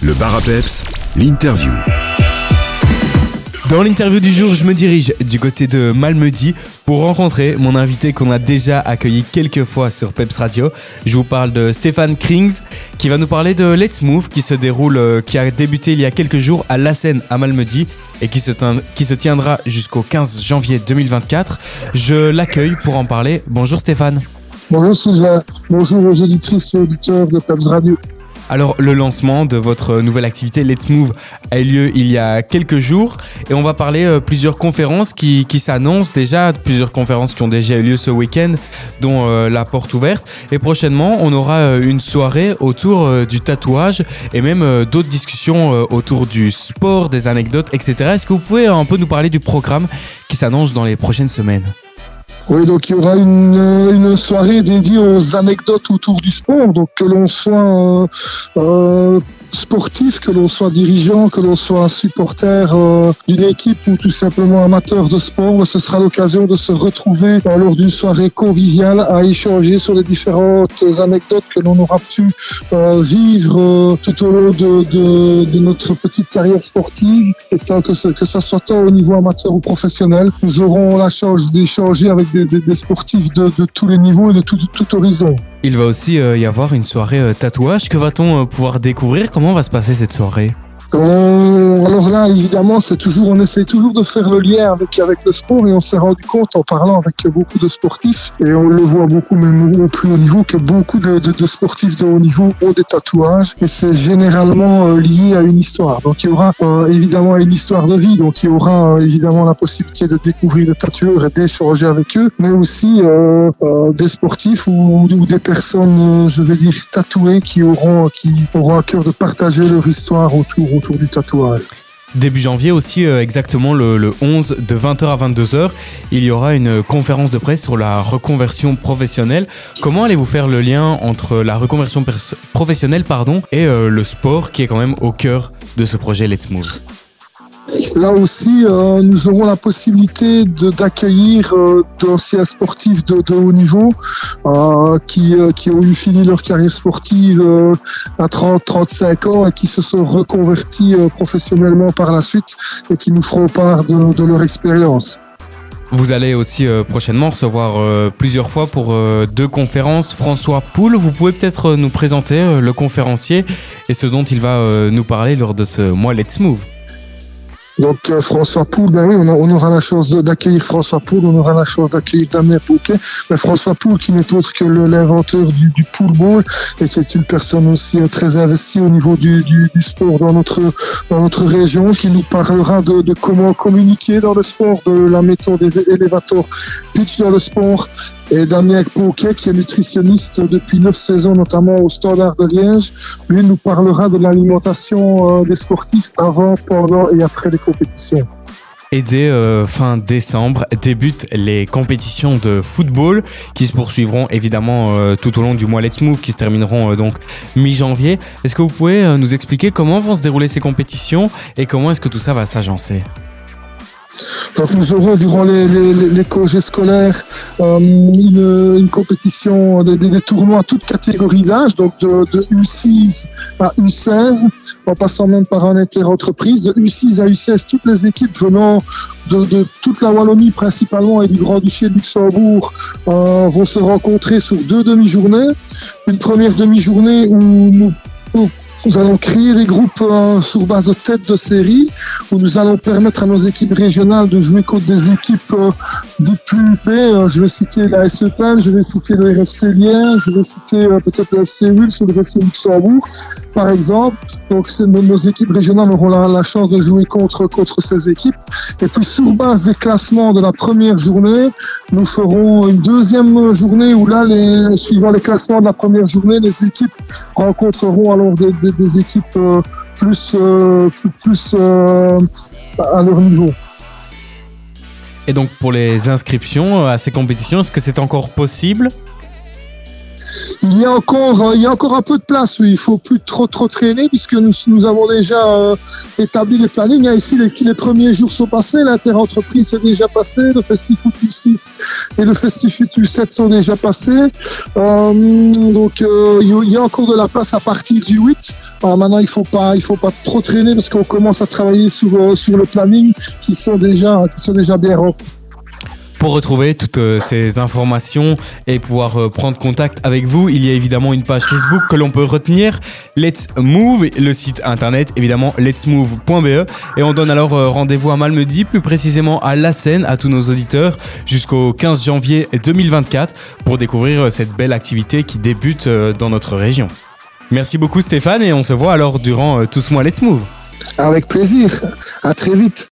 Le bar à peps, l'interview. Dans l'interview du jour, je me dirige du côté de Malmedy pour rencontrer mon invité qu'on a déjà accueilli quelques fois sur Peps Radio. Je vous parle de Stéphane Krings qui va nous parler de Let's Move qui a débuté il y a quelques jours à La Seine à Malmedy et qui se tiendra jusqu'au 15 janvier 2024. Je l'accueille pour en parler. Bonjour Stéphane. Bonjour Sylvain, bonjour aux auditrices et auditeurs de Peps Radio. Alors, le lancement de votre nouvelle activité Let's Move a eu lieu il y a quelques jours et on va parler plusieurs conférences qui s'annoncent déjà, plusieurs conférences qui ont déjà eu lieu ce week-end, dont la porte ouverte. Et prochainement, on aura une soirée autour du tatouage et même d'autres discussions autour du sport, des anecdotes, etc. Est-ce que vous pouvez un peu nous parler du programme qui s'annonce dans les prochaines semaines ? Oui, donc il y aura une soirée dédiée aux anecdotes autour du sport, donc que l'on soit sportif, que l'on soit dirigeant, que l'on soit supporter d'une équipe ou tout simplement amateur de sport, ce sera l'occasion de se retrouver lors d'une soirée conviviale à échanger sur les différentes anecdotes que l'on aura pu vivre tout au long de notre petite carrière sportive, et tant que ça soit tant au niveau amateur ou professionnel. Nous aurons la chance d'échanger avec des sportifs de tous les niveaux et de tout horizon. Il va aussi y avoir une soirée tatouage. Que va-t-on pouvoir découvrir ? Comment va se passer cette soirée ? Alors là, évidemment, on essaie toujours de faire le lien avec le sport, et on s'est rendu compte en parlant avec beaucoup de sportifs, et on le voit beaucoup même au plus haut niveau, que beaucoup de sportifs de haut niveau ont des tatouages, et c'est généralement lié à une histoire. Donc il y aura évidemment une histoire de vie, donc il y aura évidemment la possibilité de découvrir des tatoueurs et d'échanger avec eux, mais aussi des sportifs ou des personnes, je vais dire, tatouées qui auront à cœur de partager leur histoire autour du tatouage. Début janvier aussi, exactement le 11, de 20h à 22h, il y aura une conférence de presse sur la reconversion professionnelle. Comment allez-vous faire le lien entre la reconversion professionnelle et le sport qui est quand même au cœur de ce projet Let's Move ? Là aussi, nous aurons la possibilité d'accueillir d'anciens sportifs de haut niveau qui ont eu fini leur carrière sportive à 30-35 ans et qui se sont reconvertis professionnellement par la suite et qui nous feront part de leur expérience. Vous allez aussi prochainement recevoir plusieurs fois pour 2 conférences François Poul. Vous pouvez peut-être nous présenter le conférencier et ce dont il va nous parler lors de ce mois Let's Move. Donc François Poul, ben oui, on aura la chance d'accueillir François Poul, on aura la chance d'accueillir Damien Pauquet. Mais François Poul, qui n'est autre que l'inventeur du pool ball, et qui est une personne aussi très investie au niveau du sport dans notre région, qui nous parlera de comment communiquer dans le sport, de la méthode Elevator Pitch dans le sport. Et Damien Pauquet, qui est nutritionniste depuis 9 saisons, notamment au Standard de Liège, lui nous parlera de l'alimentation des sportifs avant, pendant et après les compétitions. Et dès fin décembre débutent les compétitions de football qui se poursuivront évidemment tout au long du mois Let's Move, qui se termineront donc mi-janvier. Est-ce que vous pouvez nous expliquer comment vont se dérouler ces compétitions et comment est-ce que tout ça va s'agencer ? Donc nous aurons durant les congés scolaires une compétition, des tournois toutes catégories d'âge, donc de U6 à U16, en passant même par un inter-entreprise, de U6 à U16, toutes les équipes venant de toute la Wallonie principalement et du Grand-Duché de Luxembourg vont se rencontrer sur 2 demi-journées. Une première demi-journée où nous allons créer des groupes sur base de têtes de série, où nous allons permettre à nos équipes régionales de jouer contre des équipes dites plus huppées. Je vais citer la SE Plan, je vais citer le RFC Liège, je vais citer peut-être le FC Wils ou le FC Luxembourg, par exemple. Donc nos équipes régionales auront la chance de jouer contre ces équipes. Et puis sur base des classements de la première journée, nous ferons une deuxième journée où là, suivant les classements de la première journée, les équipes rencontreront alors des équipes plus à leur niveau. Et donc pour les inscriptions à ces compétitions, est-ce que c'est encore possible ? il y a encore un peu de place. Oui. Il faut plus trop traîner puisque nous avons déjà établi les plannings. Ici, les premiers jours sont passés. L'interentreprise est déjà passé. Le FestiFoot U6 et le FestiFoot U7 sont déjà passés. Donc, il y a encore de la place à partir du 8. Alors maintenant, il faut pas trop traîner parce qu'on commence à travailler sur le planning qui sont déjà bien remplis. Pour retrouver toutes ces informations et pouvoir prendre contact avec vous, il y a évidemment une page Facebook que l'on peut retenir, Let's Move, le site internet évidemment letsmove.be, et on donne alors rendez-vous à Malmedy, plus précisément à La Seine, à tous nos auditeurs jusqu'au 15 janvier 2024 pour découvrir cette belle activité qui débute dans notre région. Merci beaucoup Stéphane et on se voit alors durant tout ce mois Let's Move. Avec plaisir, à très vite.